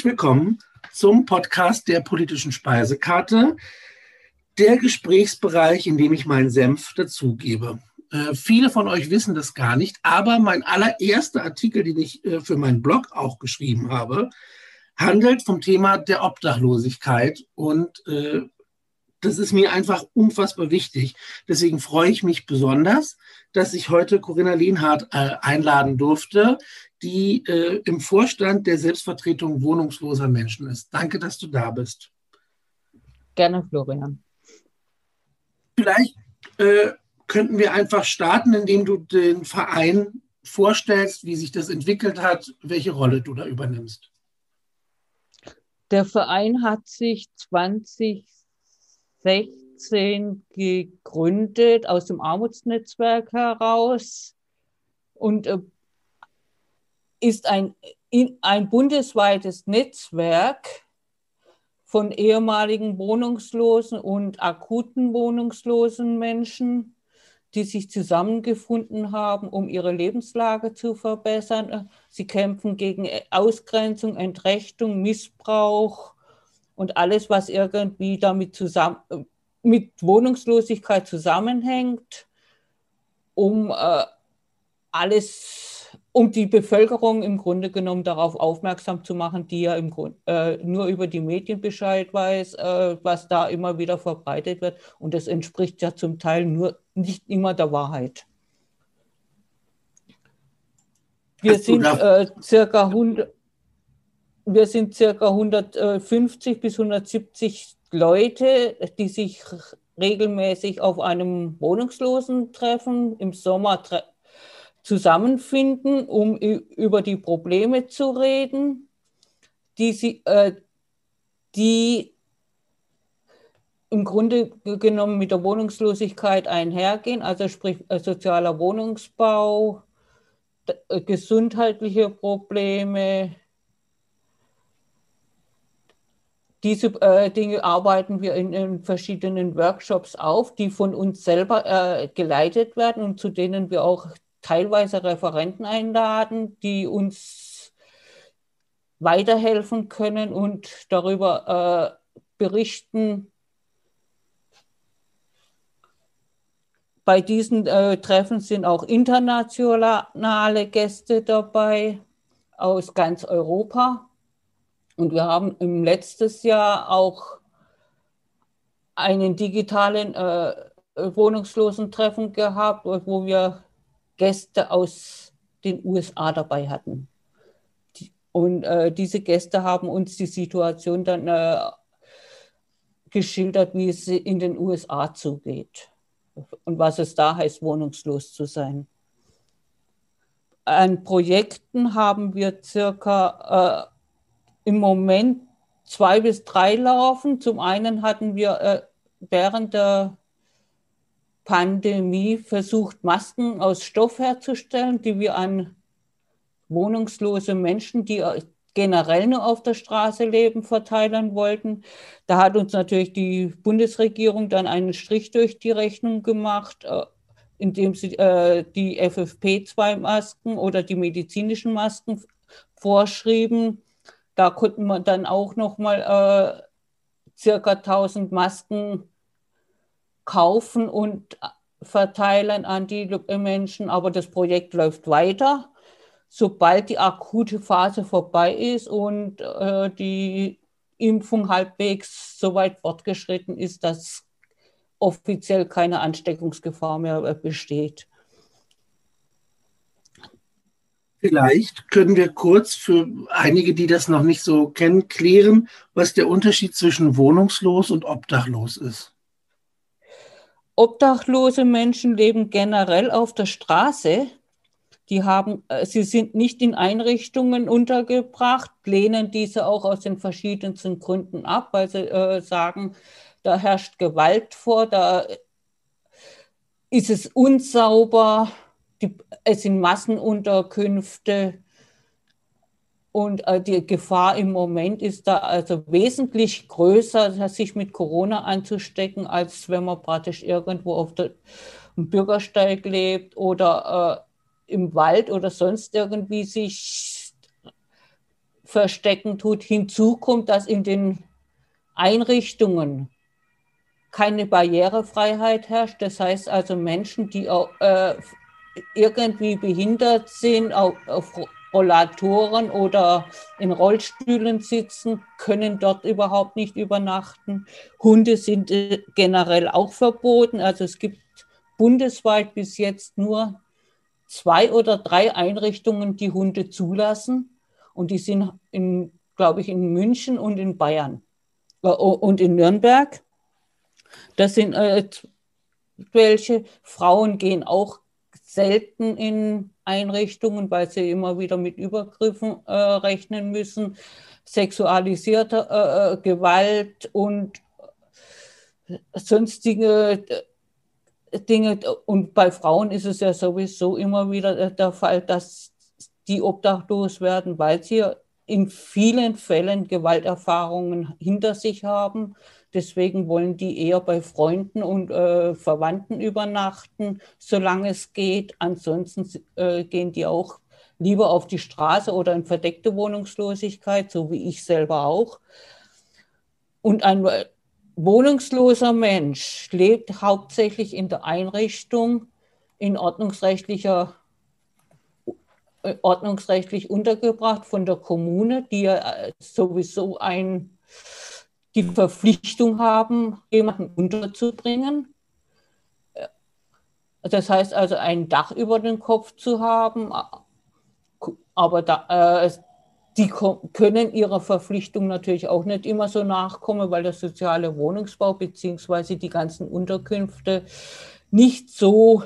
willkommen zum Podcast der politischen Speisekarte, der Gesprächsbereich, in dem ich meinen Senf dazugebe. Viele von euch wissen das gar nicht, aber mein allererster Artikel, den ich für meinen Blog auch geschrieben habe, handelt vom Thema der Obdachlosigkeit und das ist mir einfach unfassbar wichtig. Deswegen freue ich mich besonders, dass ich heute Corinna Lehnhardt einladen durfte, die im Vorstand der Selbstvertretung wohnungsloser Menschen ist. Danke, dass du da bist. Gerne, Florian. Vielleicht könnten wir einfach starten, indem du den Verein vorstellst, wie sich das entwickelt hat, welche Rolle du da übernimmst. Der Verein hat sich 2016 gegründet aus dem Armutsnetzwerk heraus und ist ein bundesweites Netzwerk von ehemaligen wohnungslosen und akuten wohnungslosen Menschen, die sich zusammengefunden haben, um ihre Lebenslage zu verbessern. Sie kämpfen gegen Ausgrenzung, Entrechtung, Missbrauch und alles, was irgendwie damit mit Wohnungslosigkeit zusammenhängt, um die Bevölkerung im Grunde genommen darauf aufmerksam zu machen, die ja nur über die Medien Bescheid weiß, was da immer wieder verbreitet wird. Und das entspricht ja zum Teil nicht immer der Wahrheit. Wir sind circa 150 bis 170 Leute, die sich regelmäßig auf einem Wohnungslosentreffen im Sommer zusammenfinden, um über die Probleme zu reden, die im Grunde genommen mit der Wohnungslosigkeit einhergehen, also sprich sozialer Wohnungsbau, gesundheitliche Probleme. Diese Dinge arbeiten wir in verschiedenen Workshops auf, die von uns selber geleitet werden und zu denen wir auch teilweise Referenten einladen, die uns weiterhelfen können und darüber berichten. Bei diesen Treffen sind auch internationale Gäste dabei aus ganz Europa. Und wir haben im letzten Jahr auch einen digitalen Wohnungslosentreffen gehabt, wo wir Gäste aus den USA dabei hatten. Und diese Gäste haben uns die Situation dann geschildert, wie es in den USA zugeht und was es da heißt, wohnungslos zu sein. An Projekten haben wir circa im Moment 2 bis 3 laufen. Zum einen hatten wir während der Pandemie versucht, Masken aus Stoff herzustellen, die wir an wohnungslose Menschen, die generell nur auf der Straße leben, verteilen wollten. Da hat uns natürlich die Bundesregierung dann einen Strich durch die Rechnung gemacht, indem sie die FFP2-Masken oder die medizinischen Masken vorschrieben. Da konnten wir dann auch nochmal circa 1000 Masken kaufen und verteilen an die Menschen, aber das Projekt läuft weiter. Sobald die akute Phase vorbei ist und die Impfung halbwegs so weit fortgeschritten ist, dass offiziell keine Ansteckungsgefahr mehr besteht. Vielleicht können wir kurz für einige, die das noch nicht so kennen, klären, was der Unterschied zwischen wohnungslos und obdachlos ist. Obdachlose Menschen leben generell auf der Straße. Sie sind nicht in Einrichtungen untergebracht, lehnen diese auch aus den verschiedensten Gründen ab, weil sie sagen, da herrscht Gewalt vor, da ist es unsauber, es sind Massenunterkünfte und die Gefahr im Moment ist da also wesentlich größer, sich mit Corona anzustecken, als wenn man praktisch irgendwo auf dem Bürgersteig lebt oder im Wald oder sonst irgendwie sich verstecken tut. Hinzu kommt, dass in den Einrichtungen keine Barrierefreiheit herrscht. Das heißt also Menschen, die auch, irgendwie behindert sind, auf Rollatoren oder in Rollstühlen sitzen, können dort überhaupt nicht übernachten. Hunde sind generell auch verboten. Also es gibt bundesweit bis jetzt nur 2 oder 3 Einrichtungen, die Hunde zulassen. Und die sind, glaube ich, in München und in Bayern und in Nürnberg. Das sind welche. Frauen gehen auch selten in Einrichtungen, weil sie immer wieder mit Übergriffen rechnen müssen, sexualisierte Gewalt und sonstige Dinge. Und bei Frauen ist es ja sowieso immer wieder der Fall, dass die obdachlos werden, weil sie in vielen Fällen Gewalterfahrungen hinter sich haben. Deswegen wollen die eher bei Freunden und Verwandten übernachten, solange es geht. Ansonsten gehen die auch lieber auf die Straße oder in verdeckte Wohnungslosigkeit, so wie ich selber auch. Und ein wohnungsloser Mensch lebt hauptsächlich in der Einrichtung in ordnungsrechtlich untergebracht von der Kommune, die ja sowieso die Verpflichtung haben, jemanden unterzubringen. Das heißt also, ein Dach über den Kopf zu haben, aber die können ihrer Verpflichtung natürlich auch nicht immer so nachkommen, weil der soziale Wohnungsbau bzw. die ganzen Unterkünfte nicht so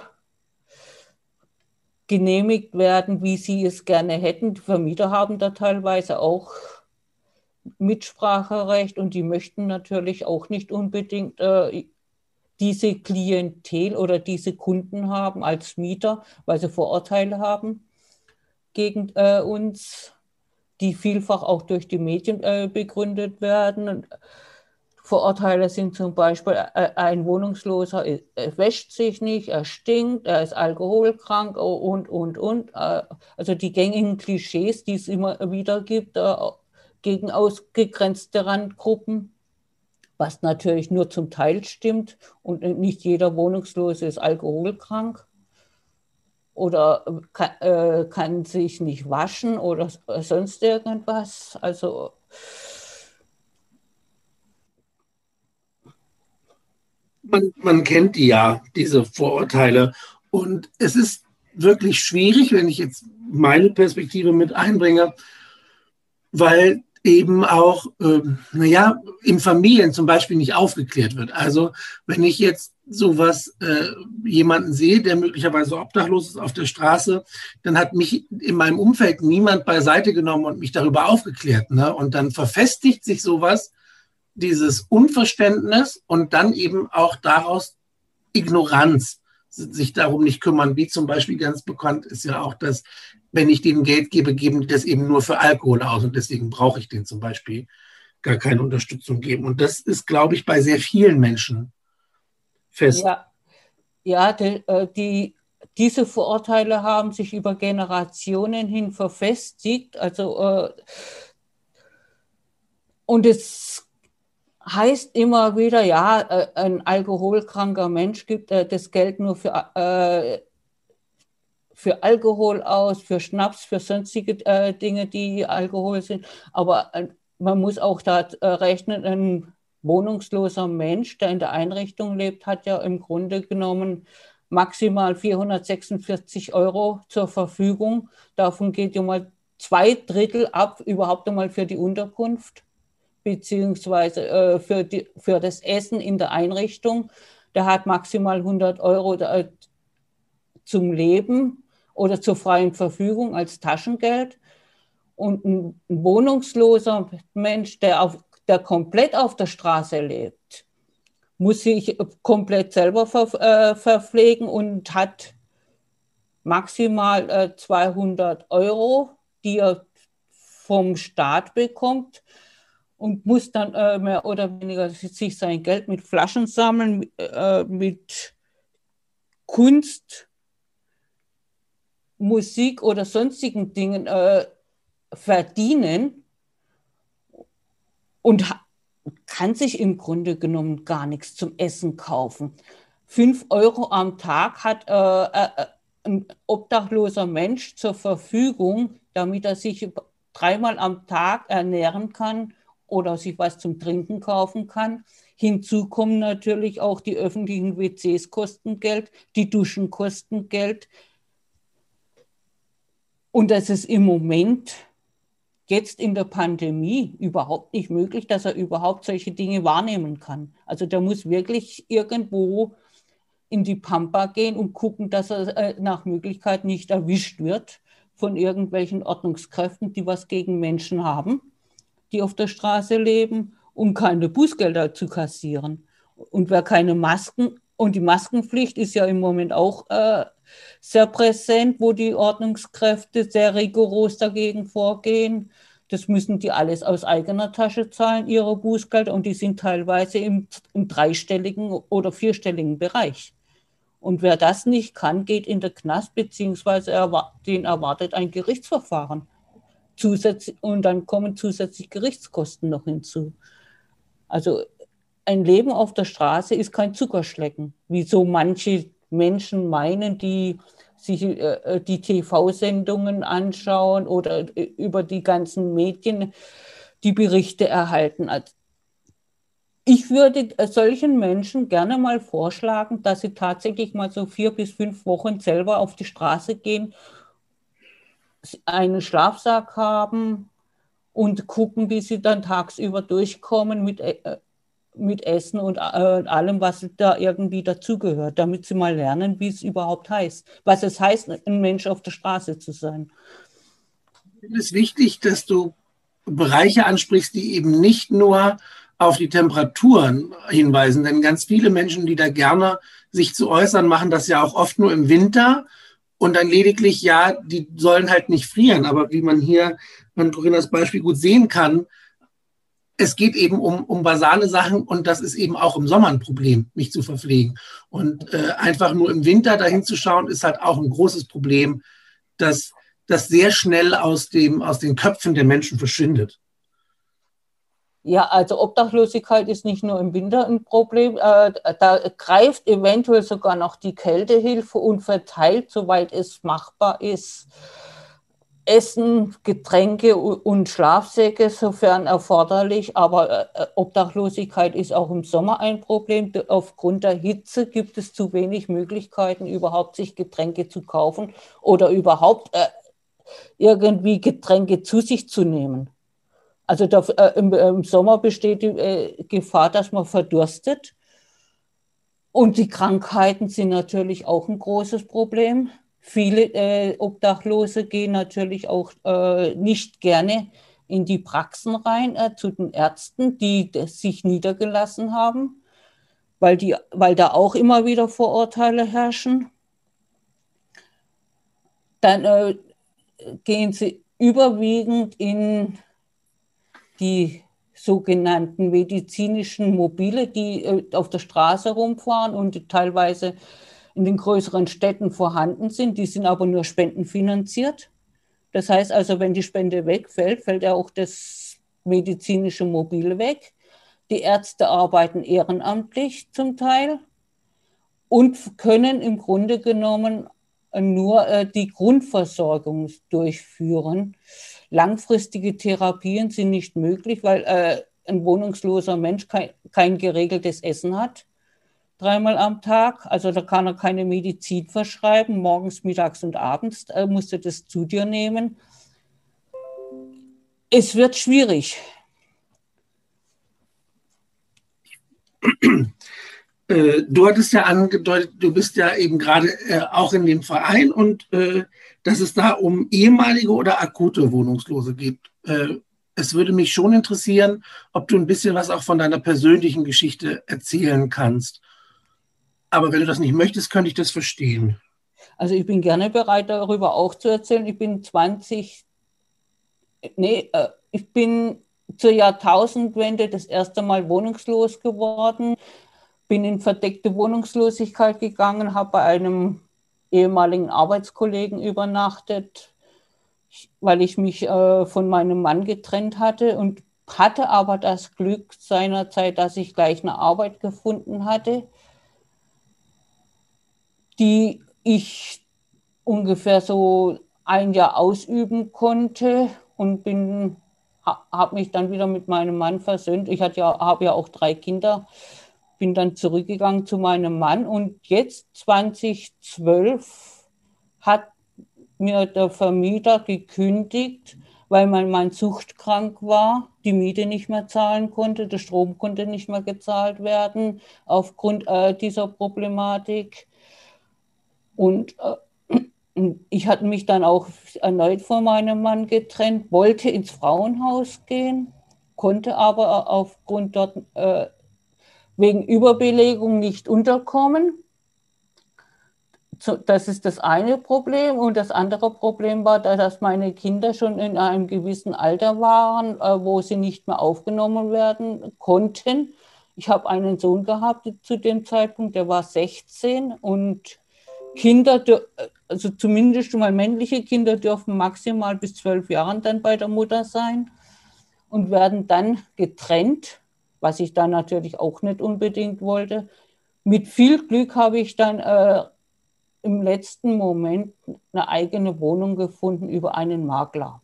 genehmigt werden, wie sie es gerne hätten. Die Vermieter haben da teilweise auch Mitspracherecht und die möchten natürlich auch nicht unbedingt diese Klientel oder diese Kunden haben als Mieter, weil sie Vorurteile haben gegen uns, die vielfach auch durch die Medien begründet werden. Vorurteile sind zum Beispiel, ein Wohnungsloser wäscht sich nicht, er stinkt, er ist alkoholkrank und. Also die gängigen Klischees, die es immer wieder gibt, gegen ausgegrenzte Randgruppen, was natürlich nur zum Teil stimmt und nicht jeder Wohnungslose ist alkoholkrank oder kann sich nicht waschen oder sonst irgendwas. Also man kennt die ja, diese Vorurteile. Und es ist wirklich schwierig, wenn ich jetzt meine Perspektive mit einbringe, weil eben auch, in Familien zum Beispiel nicht aufgeklärt wird. Also wenn ich jetzt sowas, jemanden sehe, der möglicherweise obdachlos ist auf der Straße, dann hat mich in meinem Umfeld niemand beiseite genommen und mich darüber aufgeklärt. Ne? Und dann verfestigt sich sowas, dieses Unverständnis und dann eben auch daraus Ignoranz, sich darum nicht kümmern, wie zum Beispiel ganz bekannt ist ja auch, dass wenn ich denen Geld gebe, geben die das eben nur für Alkohol aus und deswegen brauche ich denen zum Beispiel gar keine Unterstützung geben. Und das ist, glaube ich, bei sehr vielen Menschen fest. Ja, diese Vorurteile haben sich über Generationen hin verfestigt. Also, und es heißt immer wieder, ja, ein alkoholkranker Mensch gibt das Geld nur für Alkohol aus, für Schnaps, für sonstige Dinge, die Alkohol sind. Aber man muss auch da rechnen, ein wohnungsloser Mensch, der in der Einrichtung lebt, hat ja im Grunde genommen maximal 446 € zur Verfügung. Davon geht ja mal 2/3 ab, überhaupt einmal für die Unterkunft, beziehungsweise für das Essen in der Einrichtung. Der hat maximal 100 € zum Leben oder zur freien Verfügung als Taschengeld. Und ein wohnungsloser Mensch, der komplett auf der Straße lebt, muss sich komplett selber verpflegen und hat maximal 200 €, die er vom Staat bekommt und muss dann mehr oder weniger sich sein Geld mit Flaschen sammeln, mit Kunst, Musik oder sonstigen Dingen verdienen, und kann sich im Grunde genommen gar nichts zum Essen kaufen. 5 € am Tag hat ein obdachloser Mensch zur Verfügung, damit er sich 3-mal am Tag ernähren kann oder sich was zum Trinken kaufen kann. Hinzu kommen natürlich auch die öffentlichen WCs kosten Geld, die Duschen kosten Geld. Und das ist im Moment jetzt in der Pandemie überhaupt nicht möglich, dass er überhaupt solche Dinge wahrnehmen kann. Also der muss wirklich irgendwo in die Pampa gehen und gucken, dass er nach Möglichkeit nicht erwischt wird von irgendwelchen Ordnungskräften, die was gegen Menschen haben, die auf der Straße leben, um keine Bußgelder zu kassieren. Und wer keine Masken, und die Maskenpflicht ist ja im Moment auch sehr präsent, wo die Ordnungskräfte sehr rigoros dagegen vorgehen. Das müssen die alles aus eigener Tasche zahlen, ihre Bußgelder, und die sind teilweise im 3-stelligen oder 4-stelligen Bereich. Und wer das nicht kann, geht in den Knast, beziehungsweise den erwartet ein Gerichtsverfahren. Und dann kommen zusätzlich Gerichtskosten noch hinzu. Also ein Leben auf der Straße ist kein Zuckerschlecken, wie so manche Menschen meinen, die sich die TV-Sendungen anschauen oder über die ganzen Medien die Berichte erhalten. Ich würde solchen Menschen gerne mal vorschlagen, dass sie tatsächlich mal so 4 bis 5 Wochen selber auf die Straße gehen, einen Schlafsack haben und gucken, wie sie dann tagsüber durchkommen mit Essen und allem, was da irgendwie dazugehört, damit sie mal lernen, wie es überhaupt heißt, was es heißt, ein Mensch auf der Straße zu sein. Ich finde es wichtig, dass du Bereiche ansprichst, die eben nicht nur auf die Temperaturen hinweisen, denn ganz viele Menschen, die da gerne sich zu äußern, machen das ja auch oft nur im Winter und dann lediglich, ja, die sollen halt nicht frieren, aber wie man hier an Corinnas Beispiel gut sehen kann, es geht eben um basale Sachen und das ist eben auch im Sommer ein Problem, mich zu verpflegen. Und einfach nur im Winter dahin zu schauen, ist halt auch ein großes Problem, das sehr schnell aus den Köpfen der Menschen verschwindet. Ja, also Obdachlosigkeit ist nicht nur im Winter ein Problem. Da greift eventuell sogar noch die Kältehilfe und verteilt, soweit es machbar ist, Essen, Getränke und Schlafsäcke, sofern erforderlich. Aber Obdachlosigkeit ist auch im Sommer ein Problem. Aufgrund der Hitze gibt es zu wenig Möglichkeiten, überhaupt sich Getränke zu kaufen oder überhaupt irgendwie Getränke zu sich zu nehmen. Also im Sommer besteht die Gefahr, dass man verdurstet. Und die Krankheiten sind natürlich auch ein großes Problem. Viele Obdachlose gehen natürlich auch nicht gerne in die Praxen rein, zu den Ärzten, die sich niedergelassen haben, weil da auch immer wieder Vorurteile herrschen. Dann gehen sie überwiegend in die sogenannten medizinischen Mobile, die auf der Straße rumfahren und teilweise in den größeren Städten vorhanden sind. Die sind aber nur spendenfinanziert. Das heißt also, wenn die Spende wegfällt, fällt ja auch das medizinische Mobil weg. Die Ärzte arbeiten ehrenamtlich zum Teil und können im Grunde genommen nur die Grundversorgung durchführen. Langfristige Therapien sind nicht möglich, weil ein wohnungsloser Mensch kein geregeltes Essen hat, 3-mal am Tag. Also da kann er keine Medizin verschreiben, morgens, mittags und abends musst du das zu dir nehmen. Es wird schwierig. Du hattest ja angedeutet, du bist ja eben gerade auch in dem Verein und dass es da um ehemalige oder akute Wohnungslose geht. Es würde mich schon interessieren, ob du ein bisschen was auch von deiner persönlichen Geschichte erzählen kannst. Aber wenn du das nicht möchtest, könnte ich das verstehen. Also ich bin gerne bereit, darüber auch zu erzählen. Ich bin zur Jahrtausendwende das erste Mal wohnungslos geworden, bin in verdeckte Wohnungslosigkeit gegangen, habe bei einem ehemaligen Arbeitskollegen übernachtet, weil ich mich von meinem Mann getrennt hatte und hatte aber das Glück seinerzeit, dass ich gleich eine Arbeit gefunden hatte, die ich ungefähr so ein Jahr ausüben konnte und habe mich dann wieder mit meinem Mann versöhnt. Habe ja auch 3 Kinder, bin dann zurückgegangen zu meinem Mann und jetzt 2012 hat mir der Vermieter gekündigt, weil mein Mann suchtkrank war, die Miete nicht mehr zahlen konnte, der Strom konnte nicht mehr gezahlt werden aufgrund dieser Problematik. Und ich hatte mich dann auch erneut von meinem Mann getrennt, wollte ins Frauenhaus gehen, konnte aber aufgrund dort wegen Überbelegung nicht unterkommen. Das ist das eine Problem. Und das andere Problem war, dass meine Kinder schon in einem gewissen Alter waren, wo sie nicht mehr aufgenommen werden konnten. Ich habe einen Sohn gehabt zu dem Zeitpunkt, der war 16 und Kinder, also zumindest schon mal männliche Kinder, dürfen maximal bis 12 Jahren dann bei der Mutter sein und werden dann getrennt, was ich dann natürlich auch nicht unbedingt wollte. Mit viel Glück habe ich dann im letzten Moment eine eigene Wohnung gefunden über einen Makler.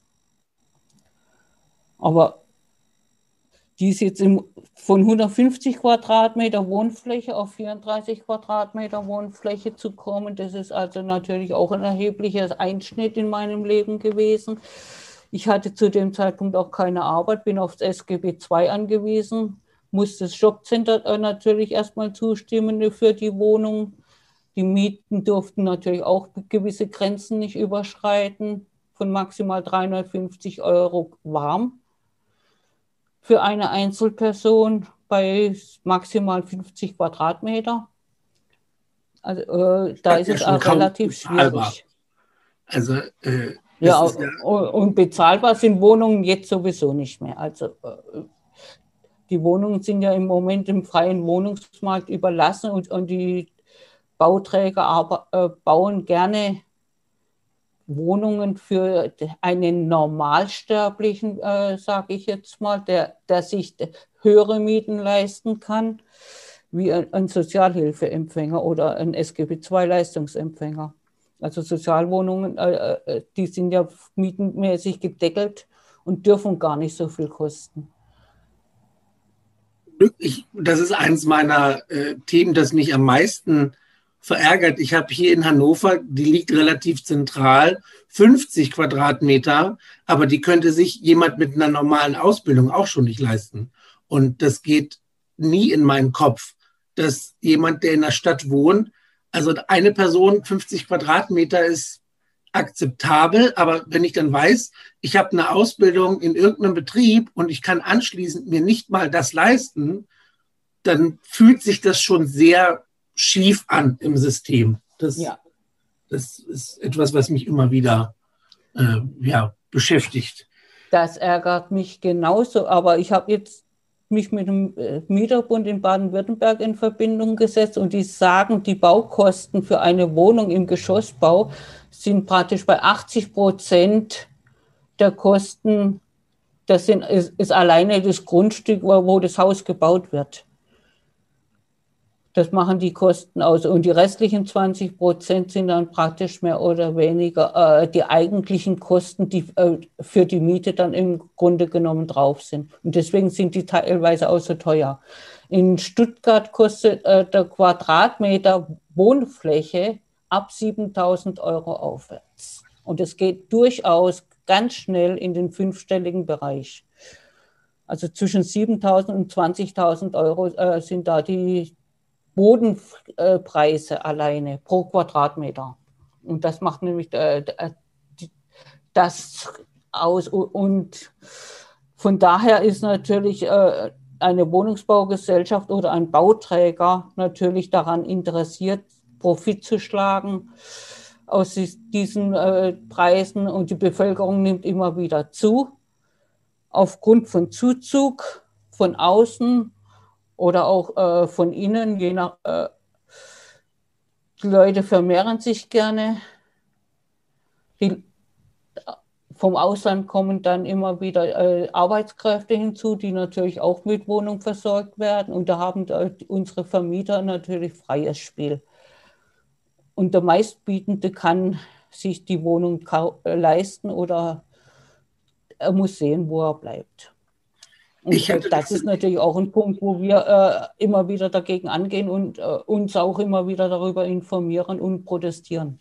Aber die ist jetzt von 150 Quadratmeter Wohnfläche auf 34 Quadratmeter Wohnfläche zu kommen. Das ist also natürlich auch ein erheblicher Einschnitt in meinem Leben gewesen. Ich hatte zu dem Zeitpunkt auch keine Arbeit, bin aufs SGB II angewiesen, musste das Jobcenter natürlich erstmal zustimmen für die Wohnung. Die Mieten durften natürlich auch gewisse Grenzen nicht überschreiten, von maximal 350 € warm für eine Einzelperson bei maximal 50 Quadratmeter. Also da ist es auch relativ schwierig. Also ja, und bezahlbar sind Wohnungen jetzt sowieso nicht mehr. Also die Wohnungen sind ja im Moment im freien Wohnungsmarkt überlassen und die Bauträger bauen gerne Wohnungen für einen Normalsterblichen, sage ich jetzt mal, der sich höhere Mieten leisten kann, wie ein Sozialhilfeempfänger oder ein SGB II-Leistungsempfänger. Also Sozialwohnungen, die sind ja mietenmäßig gedeckelt und dürfen gar nicht so viel kosten. Das ist eines meiner Themen, das mich am meisten verärgert. Ich habe hier in Hannover, die liegt relativ zentral, 50 Quadratmeter, aber die könnte sich jemand mit einer normalen Ausbildung auch schon nicht leisten. Und das geht nie in meinen Kopf, dass jemand, der in der Stadt wohnt, also eine Person, 50 Quadratmeter ist akzeptabel, aber wenn ich dann weiß, ich habe eine Ausbildung in irgendeinem Betrieb und ich kann anschließend mir nicht mal das leisten, dann fühlt sich das schon sehr schief an im System. Das ist etwas, was mich immer wieder beschäftigt. Das ärgert mich genauso, aber ich habe jetzt mich mit dem Mieterbund in Baden-Württemberg in Verbindung gesetzt und die sagen, die Baukosten für eine Wohnung im Geschossbau sind praktisch bei 80% der Kosten, ist alleine das Grundstück, wo das Haus gebaut wird. Das machen die Kosten aus. Und die restlichen 20% sind dann praktisch mehr oder weniger die eigentlichen Kosten, die für die Miete dann im Grunde genommen drauf sind. Und deswegen sind die teilweise auch so teuer. In Stuttgart kostet der Quadratmeter Wohnfläche ab 7.000 € aufwärts. Und es geht durchaus ganz schnell in den 5-stelligen Bereich. Also zwischen 7.000 und 20.000 € sind da die Bodenpreise alleine pro Quadratmeter. Und das macht nämlich das aus. Und von daher ist natürlich eine Wohnungsbaugesellschaft oder ein Bauträger natürlich daran interessiert, Profit zu schlagen aus diesen Preisen. Und die Bevölkerung nimmt immer wieder zu, aufgrund von Zuzug von außen oder auch von innen, je nach, die Leute vermehren sich gerne. vom Ausland kommen dann immer wieder Arbeitskräfte hinzu, die natürlich auch mit Wohnung versorgt werden. Und da haben unsere Vermieter natürlich freies Spiel. Und der Meistbietende kann sich die Wohnung leisten oder er muss sehen, wo er bleibt. Und das ist natürlich auch ein Punkt, wo wir immer wieder dagegen angehen und uns auch immer wieder darüber informieren und protestieren.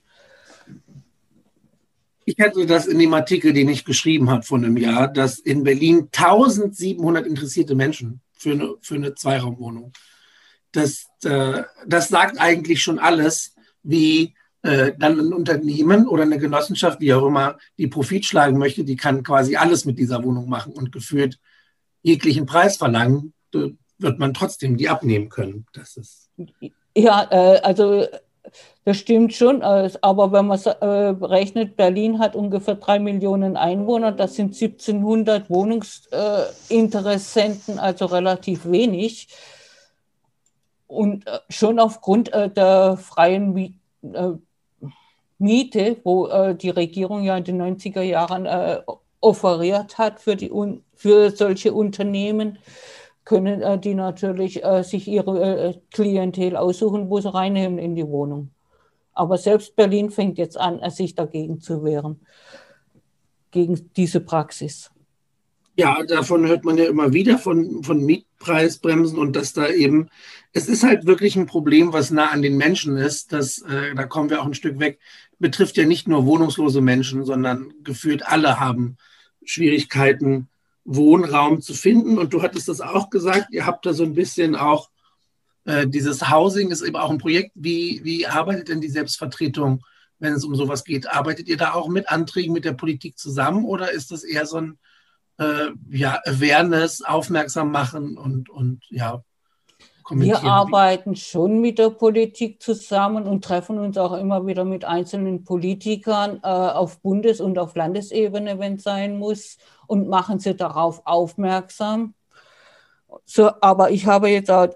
Ich hatte das in dem Artikel, den ich geschrieben habe vor einem Jahr, dass in Berlin 1700 interessierte Menschen für eine Zweiraumwohnung. Das sagt eigentlich schon alles, wie dann ein Unternehmen oder eine Genossenschaft, wie auch immer, die Profit schlagen möchte, die kann quasi alles mit dieser Wohnung machen und gefühlt jeglichen Preis verlangen, wird man trotzdem die abnehmen können. Das ist ja, also das stimmt schon, aber wenn man berechnet, Berlin hat ungefähr 3 Millionen Einwohner, das sind 1700 Wohnungsinteressenten, also relativ wenig. Und schon aufgrund der freien Miete, wo die Regierung ja in den 90er Jahren offeriert hat für solche Unternehmen, können die natürlich sich ihre Klientel aussuchen, wo sie reinnehmen in die Wohnung. Aber selbst Berlin fängt jetzt an, sich dagegen zu wehren, gegen diese Praxis. Ja, davon hört man ja immer wieder von Mietpreisbremsen und dass da eben, es ist halt wirklich ein Problem, was nah an den Menschen ist. Da kommen wir auch ein Stück weg, betrifft ja nicht nur wohnungslose Menschen, sondern gefühlt alle haben Schwierigkeiten, Wohnraum zu finden. Und du hattest das auch gesagt, ihr habt da so ein bisschen auch, dieses Housing ist eben auch ein Projekt. Wie arbeitet denn die Selbstvertretung, wenn es um sowas geht? Arbeitet ihr da auch mit Anträgen mit der Politik zusammen oder ist das eher so ein Awareness, aufmerksam machen und kommentieren? Wir arbeiten schon mit der Politik zusammen und treffen uns auch immer wieder mit einzelnen Politikern auf Bundes- und auf Landesebene, wenn es sein muss, und machen sie darauf aufmerksam. So, aber ich habe jetzt auch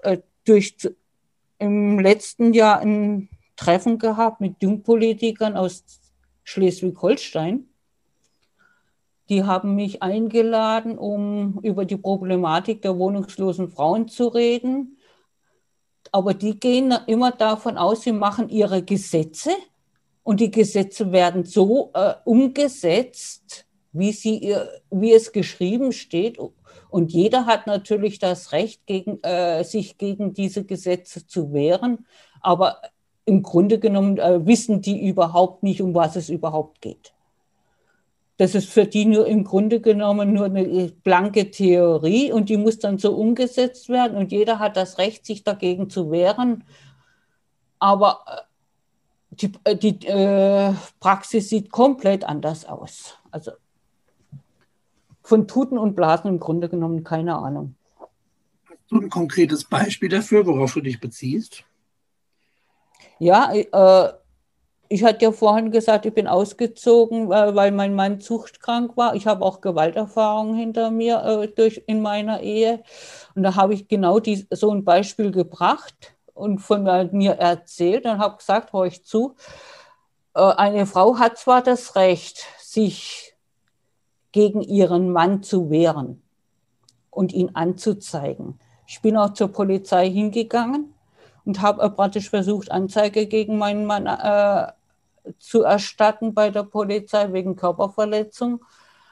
im letzten Jahr ein Treffen gehabt mit Jungpolitikern aus Schleswig-Holstein. Die haben mich eingeladen, um über die Problematik der wohnungslosen Frauen zu reden. Aber die gehen immer davon aus, sie machen ihre Gesetze und die Gesetze werden so umgesetzt, wie es geschrieben steht. Und jeder hat natürlich das Recht, sich gegen diese Gesetze zu wehren. Aber im Grunde genommen wissen die überhaupt nicht, um was es überhaupt geht. Das ist für die im Grunde genommen nur eine blanke Theorie und die muss dann so umgesetzt werden und jeder hat das Recht, sich dagegen zu wehren. Aber die Praxis sieht komplett anders aus. Also von Tuten und Blasen im Grunde genommen keine Ahnung. Hast du ein konkretes Beispiel dafür, worauf du dich beziehst? Ja, ich hatte ja vorhin gesagt, ich bin ausgezogen, weil mein Mann suchtkrank war. Ich habe auch Gewalterfahrungen hinter mir in meiner Ehe. Und da habe ich genau so ein Beispiel gebracht und von mir erzählt und habe gesagt, hör ich zu, eine Frau hat zwar das Recht, sich gegen ihren Mann zu wehren und ihn anzuzeigen. Ich bin auch zur Polizei hingegangen und habe praktisch versucht, Anzeige gegen meinen Mann zu erstatten bei der Polizei wegen Körperverletzung.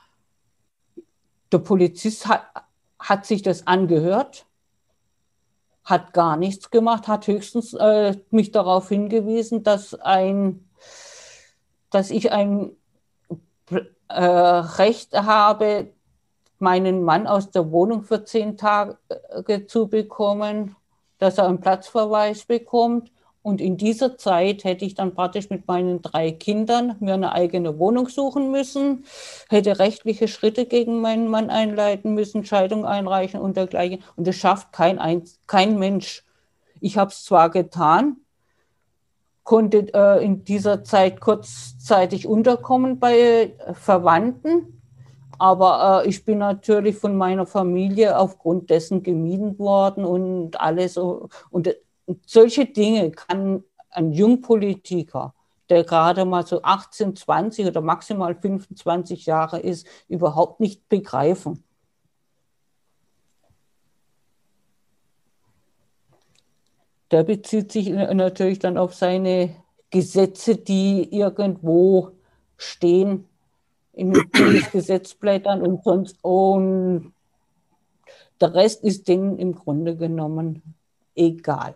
Der Polizist hat sich das angehört, hat gar nichts gemacht, hat höchstens mich darauf hingewiesen, dass ich ein Recht habe, meinen Mann aus der Wohnung für 10 Tage zu bekommen, dass er einen Platzverweis bekommt. Und in dieser Zeit hätte ich dann praktisch mit meinen 3 Kindern mir eine eigene Wohnung suchen müssen, hätte rechtliche Schritte gegen meinen Mann einleiten müssen, Scheidung einreichen und dergleichen. Und das schafft kein Mensch. Ich habe es zwar getan, konnte in dieser Zeit kurzzeitig unterkommen bei Verwandten, aber ich bin natürlich von meiner Familie aufgrund dessen gemieden worden und alles. Und solche Dinge kann ein Jungpolitiker der gerade mal so 18, 20 oder maximal 25 Jahre ist, überhaupt nicht begreifen. Der bezieht sich natürlich dann auf seine Gesetze, die irgendwo stehen in Bundesgesetzblättern und sonst. Und der Rest ist denen im Grunde genommen egal.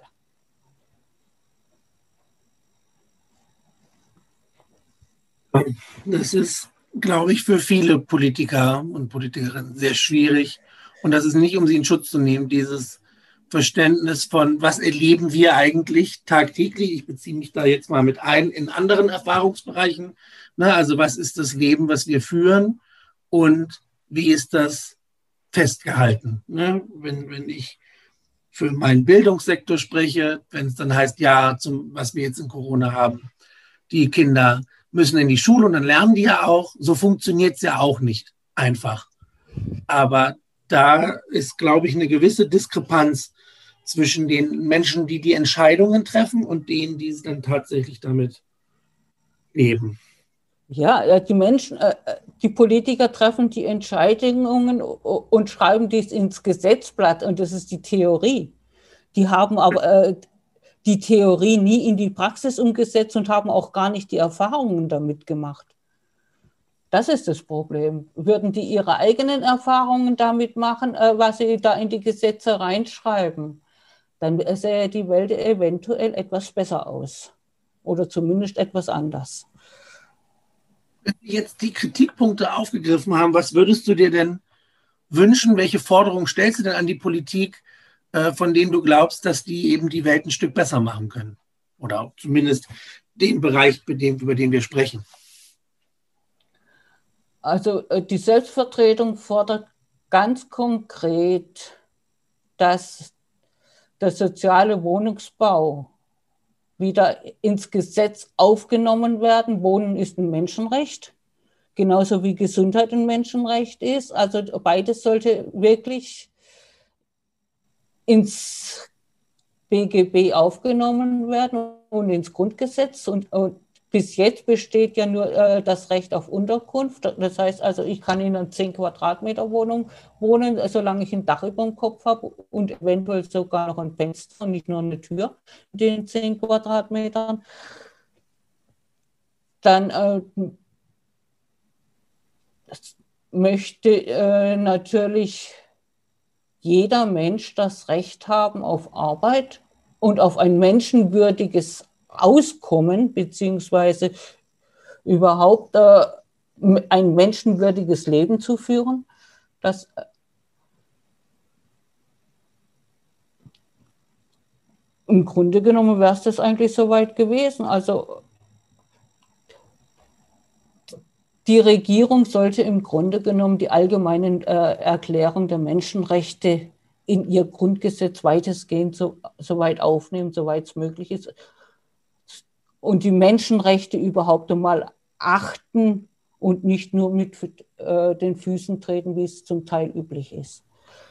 Das ist, glaube ich, für viele Politiker und Politikerinnen sehr schwierig. Und das ist nicht, um sie in Schutz zu nehmen, dieses Verständnis von, was erleben wir eigentlich tagtäglich. Ich beziehe mich da jetzt mal mit ein in anderen Erfahrungsbereichen. Na, also was ist das Leben, was wir führen und wie ist das festgehalten? Ne? Wenn ich für meinen Bildungssektor spreche, wenn es dann heißt, ja, was wir jetzt in Corona haben, die Kinder müssen in die Schule und dann lernen die ja auch. So funktioniert es ja auch nicht einfach. Aber da ist, glaube ich, eine gewisse Diskrepanz zwischen den Menschen, die die Entscheidungen treffen und denen, die es dann tatsächlich damit leben. Ja, die Menschen, die Politiker treffen die Entscheidungen und schreiben dies ins Gesetzblatt und das ist die Theorie. Die haben aber die Theorie nie in die Praxis umgesetzt und haben auch gar nicht die Erfahrungen damit gemacht. Das ist das Problem. Würden die ihre eigenen Erfahrungen damit machen, was sie da in die Gesetze reinschreiben, dann sähe die Welt eventuell etwas besser aus oder zumindest etwas anders. Wenn wir jetzt die Kritikpunkte aufgegriffen haben, was würdest du dir denn wünschen? Welche Forderungen stellst du denn an die Politik, von denen du glaubst, dass die eben die Welt ein Stück besser machen können? Oder zumindest den Bereich, über den wir sprechen. Also die Selbstvertretung fordert ganz konkret, dass der soziale Wohnungsbau wieder ins Gesetz aufgenommen werden. Wohnen ist ein Menschenrecht, genauso wie Gesundheit ein Menschenrecht ist. Also beides sollte wirklich ins BGB aufgenommen werden und ins Grundgesetz. Und bis jetzt besteht ja nur das Recht auf Unterkunft. Das heißt also, ich kann in einer 10 Quadratmeter Wohnung wohnen, solange ich ein Dach über dem Kopf habe und eventuell sogar noch ein Fenster und nicht nur eine Tür in den 10 Quadratmetern. Dann möchte natürlich jeder Mensch das Recht haben auf Arbeit und auf ein menschenwürdiges Auskommen, beziehungsweise überhaupt ein menschenwürdiges Leben zu führen. Das im Grunde genommen wäre es das eigentlich soweit gewesen. Also die Regierung sollte im Grunde genommen die allgemeinen Erklärung der Menschenrechte in ihr Grundgesetz weitestgehend so weit aufnehmen, soweit es möglich ist. Und die Menschenrechte überhaupt einmal achten und nicht nur mit den Füßen treten, wie es zum Teil üblich ist.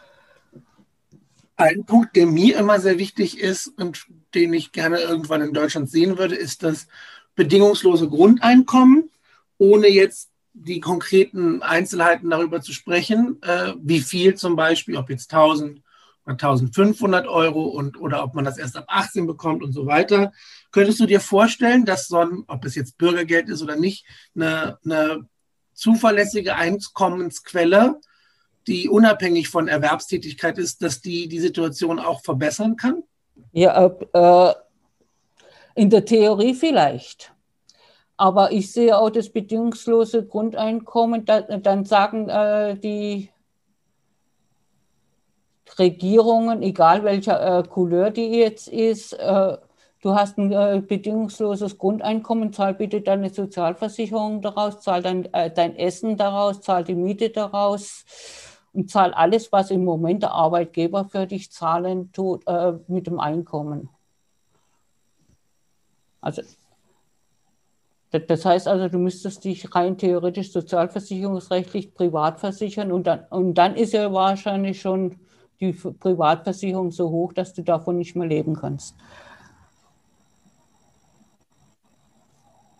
Ein Punkt, der mir immer sehr wichtig ist und den ich gerne irgendwann in Deutschland sehen würde, ist das bedingungslose Grundeinkommen, ohne jetzt die konkreten Einzelheiten darüber zu sprechen, wie viel zum Beispiel, ob jetzt 1.000 oder 1.500 Euro oder ob man das erst ab 18 bekommt und so weiter. Könntest du dir vorstellen, dass ob es jetzt Bürgergeld ist oder nicht, eine zuverlässige Einkommensquelle, die unabhängig von Erwerbstätigkeit ist, dass die Situation auch verbessern kann? Ja, in der Theorie vielleicht. Aber ich sehe auch das bedingungslose Grundeinkommen, dann sagen die Regierungen, egal welcher Couleur die jetzt ist, du hast ein bedingungsloses Grundeinkommen, zahl bitte deine Sozialversicherung daraus, zahl dein Essen daraus, zahl die Miete daraus und zahl alles, was im Moment der Arbeitgeber für dich zahlen tut, mit dem Einkommen. Also das heißt also, du müsstest dich rein theoretisch sozialversicherungsrechtlich privat versichern und dann ist ja wahrscheinlich schon die Privatversicherung so hoch, dass du davon nicht mehr leben kannst.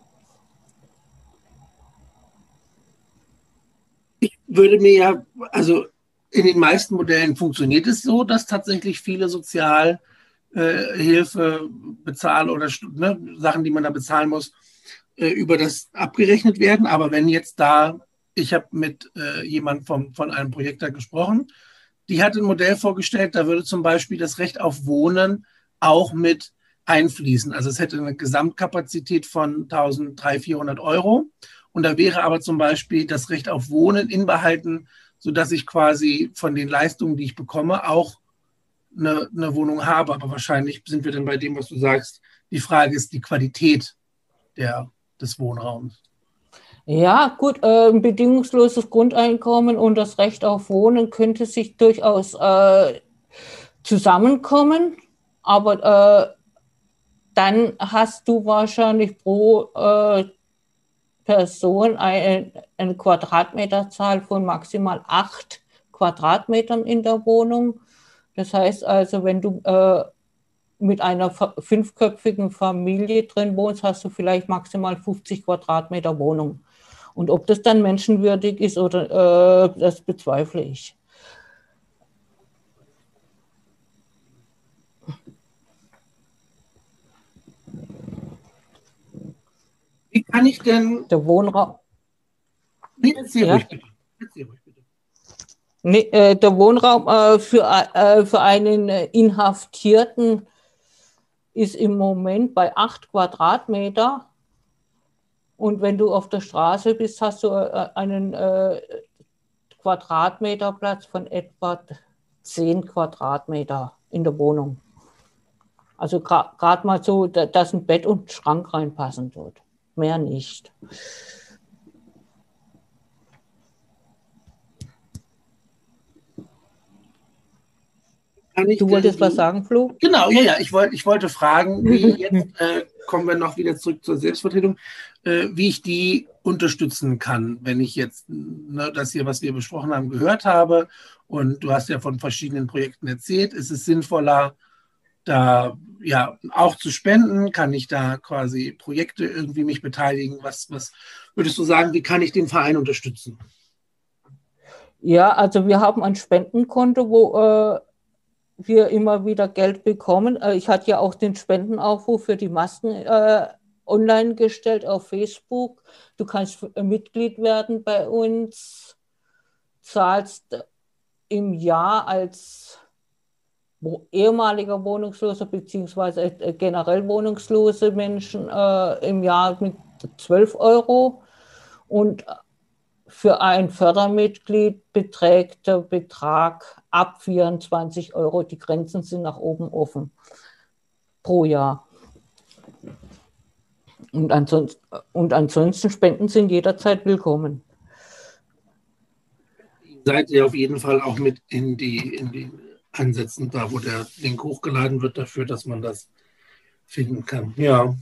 würde mir ja, also in den meisten Modellen funktioniert es so, dass tatsächlich viele Sozialhilfe bezahlen oder Sachen, die man da bezahlen muss, über das abgerechnet werden. Aber wenn jetzt ich habe mit jemandem von einem Projekt da gesprochen, die hat ein Modell vorgestellt, da würde zum Beispiel das Recht auf Wohnen auch mit einfließen. Also es hätte eine Gesamtkapazität von 1.300, 400 Euro. Und da wäre aber zum Beispiel das Recht auf Wohnen inbehalten, sodass ich quasi von den Leistungen, die ich bekomme, auch eine Wohnung habe. Aber wahrscheinlich sind wir dann bei dem, was du sagst. Die Frage ist die Qualität des Wohnraums. Ja, gut, ein bedingungsloses Grundeinkommen und das Recht auf Wohnen könnte sich durchaus zusammenkommen, aber dann hast du wahrscheinlich pro Person eine Quadratmeterzahl von maximal 8 Quadratmetern in der Wohnung. Das heißt also, wenn du mit einer 5-köpfigen Familie drin wohnst, hast du vielleicht maximal 50 Quadratmeter Wohnung. Und ob das dann menschenwürdig ist oder das bezweifle ich. Wie kann ich denn... Der Wohnraum... Nee, erzähl ruhig bitte. Nee, der Wohnraum für einen Inhaftierten ist im Moment bei 8 Quadratmeter. Und wenn du auf der Straße bist, hast du einen Quadratmeterplatz von etwa 10 Quadratmeter in der Wohnung. Also gerade mal so, dass ein Bett und ein Schrank reinpassen dort. Mehr nicht. Du wolltest was sagen, Flo? Genau, ja. Ich wollte fragen, wie jetzt kommen wir noch wieder zurück zur Selbstvertretung, wie ich die unterstützen kann, wenn ich jetzt das hier, was wir besprochen haben, gehört habe. Und du hast ja von verschiedenen Projekten erzählt. Ist es sinnvoller, da ja auch zu spenden? Kann ich da quasi Projekte irgendwie mich beteiligen? Was würdest du sagen, wie kann ich den Verein unterstützen? Ja, also wir haben ein Spendenkonto, wo wir immer wieder Geld bekommen. Ich hatte ja auch den Spendenaufruf für die Masken online gestellt auf Facebook. Du kannst Mitglied werden bei uns, zahlst im Jahr als ehemaliger Wohnungsloser beziehungsweise generell wohnungslose Menschen im Jahr mit 12 Euro und für ein Fördermitglied beträgt der Betrag ab 24 Euro. Die Grenzen sind nach oben offen pro Jahr. Und ansonsten Spenden sind jederzeit willkommen. Seid ihr auf jeden Fall auch mit in die Ansätzen, da wo der Link hochgeladen wird, dafür, dass man das finden kann. Ja.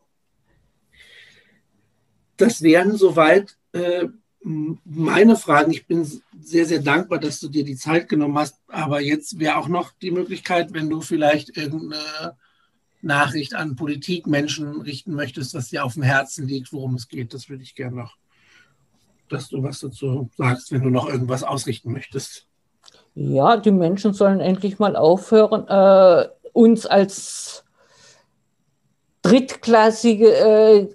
Das wären soweit meine Fragen. Ich bin sehr, sehr dankbar, dass du dir die Zeit genommen hast. Aber jetzt wäre auch noch die Möglichkeit, wenn du vielleicht irgendeine Nachricht an Politikmenschen richten möchtest, was dir auf dem Herzen liegt, worum es geht. Das würde ich gerne noch, dass du was dazu sagst, wenn du noch irgendwas ausrichten möchtest. Ja, die Menschen sollen endlich mal aufhören, uns als drittklassige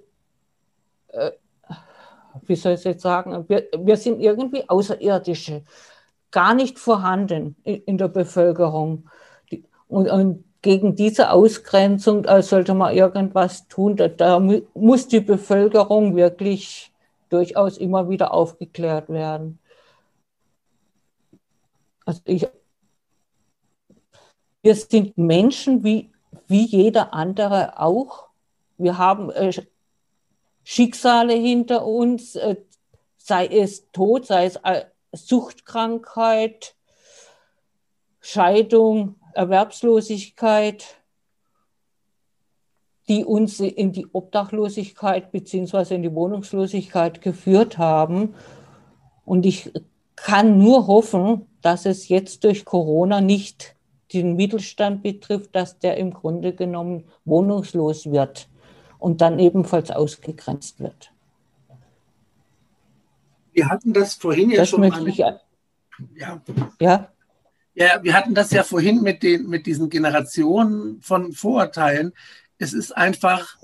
wie soll ich es jetzt sagen, wir sind irgendwie Außerirdische, gar nicht vorhanden in der Bevölkerung. Und gegen diese Ausgrenzung sollte man irgendwas tun. Da muss die Bevölkerung wirklich durchaus immer wieder aufgeklärt werden. Also wir sind Menschen wie jeder andere auch. Wir haben Schicksale hinter uns, sei es Tod, sei es Suchtkrankheit, Scheidung, Erwerbslosigkeit, die uns in die Obdachlosigkeit bzw. in die Wohnungslosigkeit geführt haben. Und ich kann nur hoffen, dass es jetzt durch Corona nicht den Mittelstand betrifft, dass der im Grunde genommen wohnungslos wird und dann ebenfalls ausgegrenzt wird. Wir hatten das vorhin ja Das schon möchte mal ich. ja. Ja. Ja, wir hatten das ja vorhin mit diesen Generationen von Vorurteilen. Es ist einfach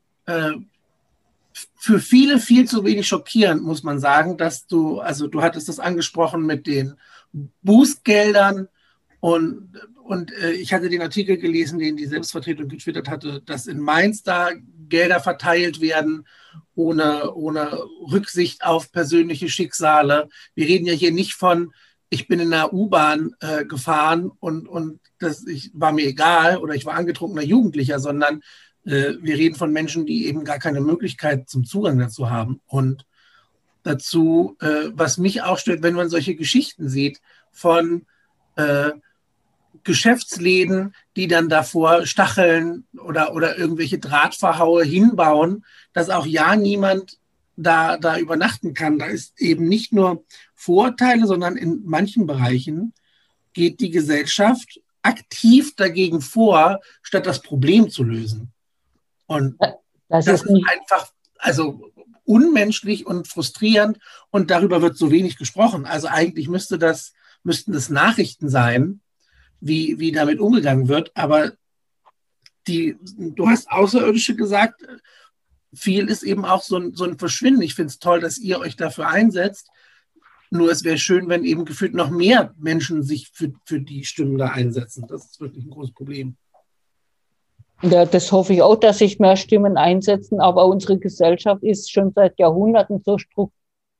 für viele viel zu wenig schockierend, muss man sagen, dass du hattest das angesprochen mit den Bußgeldern und ich hatte den Artikel gelesen, den die Selbstvertretung getwittert hatte, dass in Mainz da Gelder verteilt werden, ohne Rücksicht auf persönliche Schicksale. Wir reden ja hier nicht von, ich bin in einer U-Bahn gefahren und war mir egal oder ich war angetrunkener Jugendlicher, sondern wir reden von Menschen, die eben gar keine Möglichkeit zum Zugang dazu haben. Und dazu, was mich auch stört, wenn man solche Geschichten sieht von Geschäftsläden, die dann davor Stacheln oder irgendwelche Drahtverhaue hinbauen, dass auch ja niemand da übernachten kann. Da ist eben nicht nur Vorurteile, sondern in manchen Bereichen geht die Gesellschaft aktiv dagegen vor, statt das Problem zu lösen. Und Das das ist ist nicht. einfach, also unmenschlich und frustrierend und darüber wird so wenig gesprochen. Also eigentlich müssten das Nachrichten sein, wie damit umgegangen wird, aber du hast Außerirdische gesagt, viel ist eben auch so ein Verschwinden. Ich finde es toll, dass ihr euch dafür einsetzt, nur es wäre schön, wenn eben gefühlt noch mehr Menschen sich für die Stimmen da einsetzen. Das ist wirklich ein großes Problem. Ja, das hoffe ich auch, dass sich mehr Stimmen einsetzen, aber unsere Gesellschaft ist schon seit Jahrhunderten so strukturiert.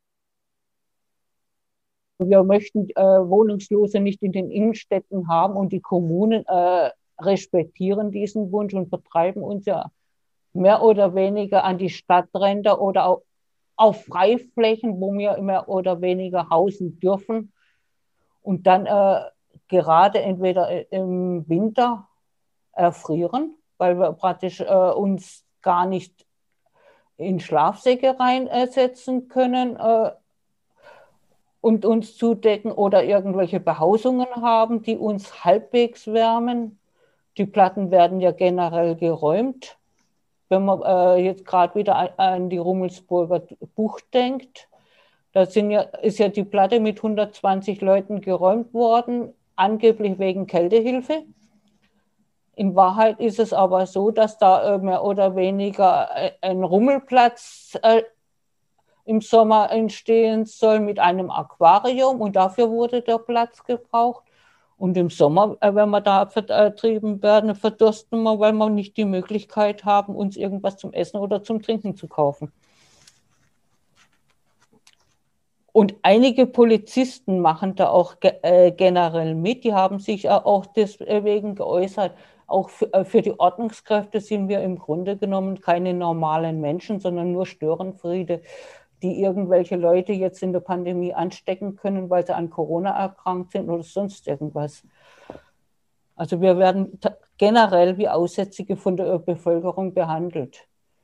Wir möchten Wohnungslose nicht in den Innenstädten haben und die Kommunen respektieren diesen Wunsch und vertreiben uns ja mehr oder weniger an die Stadtränder oder auch auf Freiflächen, wo wir mehr oder weniger hausen dürfen und dann gerade entweder im Winter erfrieren, weil wir praktisch uns gar nicht in Schlafsäcke reinsetzen können und uns zudecken oder irgendwelche Behausungen haben, die uns halbwegs wärmen. Die Platten werden ja generell geräumt. Wenn man jetzt gerade wieder an die Rummelsburger Bucht denkt, da ist ja die Platte mit 120 Leuten geräumt worden, angeblich wegen Kältehilfe. In Wahrheit ist es aber so, dass da mehr oder weniger ein Rummelplatz im Sommer entstehen soll mit einem Aquarium und dafür wurde der Platz gebraucht. Und im Sommer, wenn wir da vertrieben werden, verdursten wir, weil wir nicht die Möglichkeit haben, uns irgendwas zum Essen oder zum Trinken zu kaufen. Und einige Polizisten machen da auch generell mit. Die haben sich auch deswegen geäußert. Auch für die Ordnungskräfte sind wir im Grunde genommen keine normalen Menschen, sondern nur Störenfriede, die irgendwelche Leute jetzt in der Pandemie anstecken können, weil sie an Corona erkrankt sind oder sonst irgendwas. Also wir werden generell wie Aussätzige von der Bevölkerung behandelt.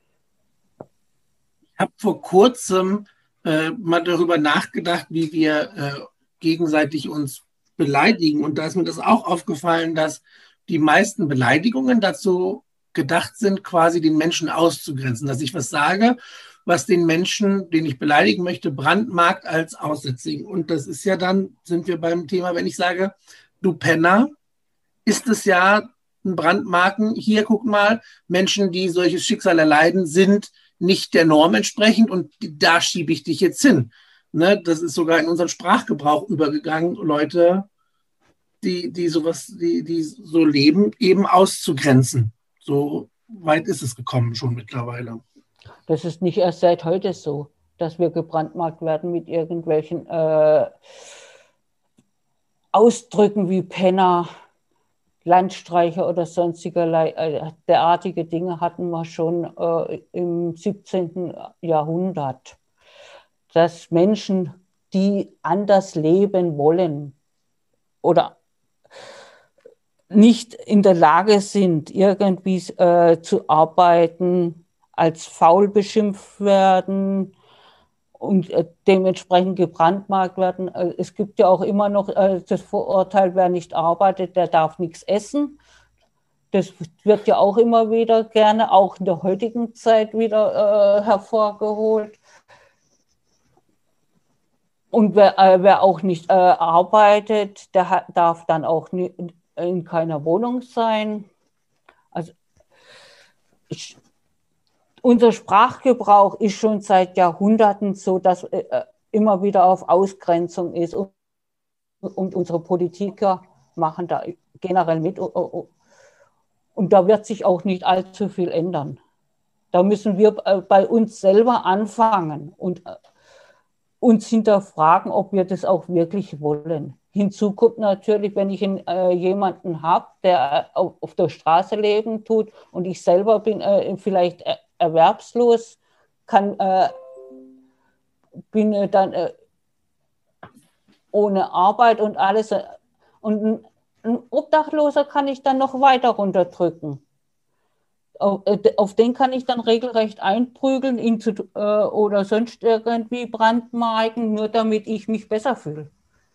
Ich habe vor kurzem mal darüber nachgedacht, wie wir gegenseitig uns beleidigen. Und da ist mir das auch aufgefallen, dass die meisten Beleidigungen dazu gedacht sind, quasi den Menschen auszugrenzen. Dass ich was sage, was den Menschen, den ich beleidigen möchte, brandmarkt als Aussätzigen. Und das ist ja dann, sind wir beim Thema, wenn ich sage, du Penner, ist es ja ein Brandmarken. Hier, guck mal, Menschen, die solches Schicksal erleiden, sind nicht der Norm entsprechend und da schiebe ich dich jetzt hin. Ne, das ist sogar in unseren Sprachgebrauch übergegangen, Leute, die so leben, eben auszugrenzen. So weit ist es gekommen schon mittlerweile. Das ist nicht erst seit heute so, dass wir gebrandmarkt werden mit irgendwelchen Ausdrücken wie Penner, Landstreicher oder sonstigerlei. Derartige Dinge hatten wir schon im 17. Jahrhundert. Dass Menschen, die anders leben wollen oder nicht in der Lage sind, irgendwie zu arbeiten, als faul beschimpft werden und dementsprechend gebrandmarkt werden. Es gibt ja auch immer noch das Vorurteil, wer nicht arbeitet, der darf nichts essen. Das wird ja auch immer wieder gerne, auch in der heutigen Zeit wieder hervorgeholt. Und wer auch nicht arbeitet, der darf dann auch in keiner Wohnung sein. Also unser Sprachgebrauch ist schon seit Jahrhunderten so, dass immer wieder auf Ausgrenzung ist. Und unsere Politiker machen da generell mit. Und da wird sich auch nicht allzu viel ändern. Da müssen wir bei uns selber anfangen und uns hinterfragen, ob wir das auch wirklich wollen. Hinzu kommt natürlich, wenn ich jemanden habe, der auf der Straße leben tut und ich selber bin vielleicht erwerbslos, bin dann ohne Arbeit und alles. Und ein Obdachloser kann ich dann noch weiter runterdrücken. Auf den kann ich dann regelrecht einprügeln oder sonst irgendwie brandmarken, nur damit ich mich besser fühle.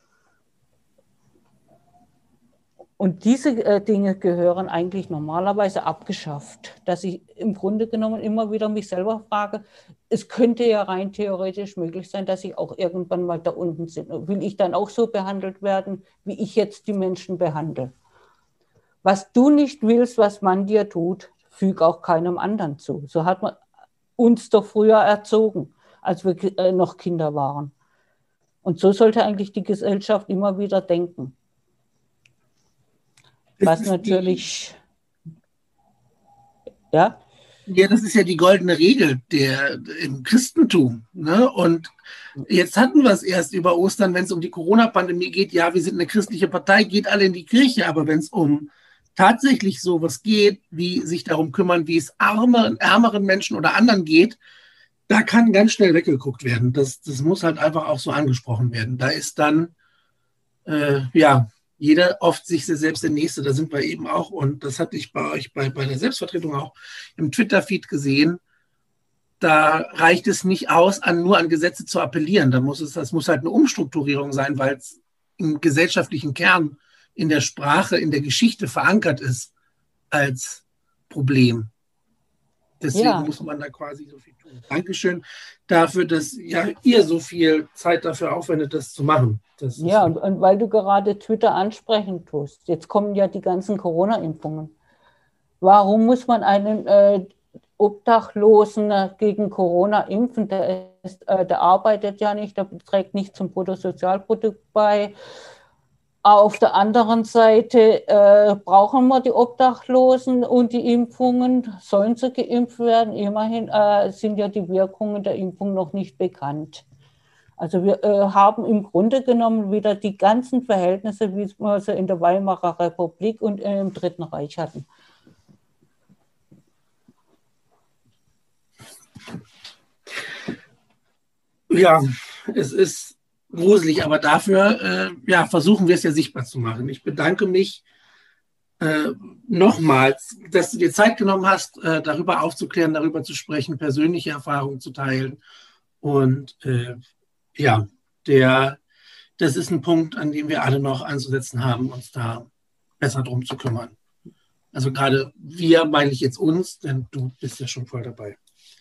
Und diese Dinge gehören eigentlich normalerweise abgeschafft, dass ich im Grunde genommen immer wieder mich selber frage, es könnte ja rein theoretisch möglich sein, dass ich auch irgendwann mal da unten bin. Will ich dann auch so behandelt werden, wie ich jetzt die Menschen behandle? Was du nicht willst, was man dir tut, füg auch keinem anderen zu. So hat man uns doch früher erzogen, als wir noch Kinder waren. Und so sollte eigentlich die Gesellschaft immer wieder denken. Was natürlich, ja? Ja, das ist ja die goldene Regel im Christentum. Ne? Und jetzt hatten wir es erst über Ostern, wenn es um die Corona-Pandemie geht. Ja, wir sind eine christliche Partei, geht alle in die Kirche. Aber wenn es um tatsächlich sowas geht, wie sich darum kümmern, wie es ärmeren Menschen oder anderen geht, da kann ganz schnell weggeguckt werden. Das muss halt einfach auch so angesprochen werden. Da ist dann, jeder oft sich selbst der Nächste. Da sind wir eben auch, und das hatte ich bei euch bei der Selbstvertretung auch im Twitter-Feed gesehen, da reicht es nicht aus, nur an Gesetze zu appellieren. Das muss halt eine Umstrukturierung sein, weil es im gesellschaftlichen Kern, in der Sprache, in der Geschichte verankert ist als Problem. Deswegen muss man da quasi so viel tun. Dankeschön dafür, dass ihr so viel Zeit dafür aufwendet, das zu machen. Und weil du gerade Twitter ansprechen tust, jetzt kommen ja die ganzen Corona-Impfungen. Warum muss man einen Obdachlosen gegen Corona impfen? Der arbeitet ja nicht, der trägt nicht zum Bruttosozialprodukt bei. Auf der anderen Seite brauchen wir die Obdachlosen und die Impfungen, sollen sie geimpft werden? Immerhin sind ja die Wirkungen der Impfung noch nicht bekannt. Also wir haben im Grunde genommen wieder die ganzen Verhältnisse, wie wir sie in der Weimarer Republik und im Dritten Reich hatten. Ja, es ist gruselig, aber dafür versuchen wir es ja sichtbar zu machen. Ich bedanke mich nochmals, dass du dir Zeit genommen hast, darüber aufzuklären, darüber zu sprechen, persönliche Erfahrungen zu teilen. Und das ist ein Punkt, an dem wir alle noch anzusetzen haben, uns da besser drum zu kümmern. Also gerade wir, meine ich jetzt uns, denn du bist ja schon voll dabei.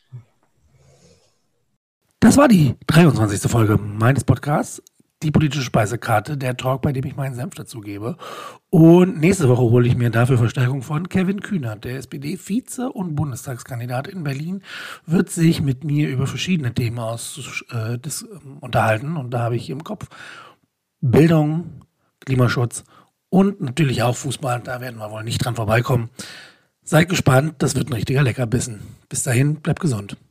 Das war die 23. Folge meines Podcasts, die politische Speisekarte, der Talk, bei dem ich meinen Senf dazugebe. Und nächste Woche hole ich mir dafür Verstärkung von Kevin Kühnert, der SPD-Vize und Bundestagskandidat in Berlin, wird sich mit mir über verschiedene Themen unterhalten. Und da habe ich im Kopf Bildung, Klimaschutz und natürlich auch Fußball. Da werden wir wohl nicht dran vorbeikommen. Seid gespannt, das wird ein richtiger Leckerbissen. Bis dahin, bleibt gesund.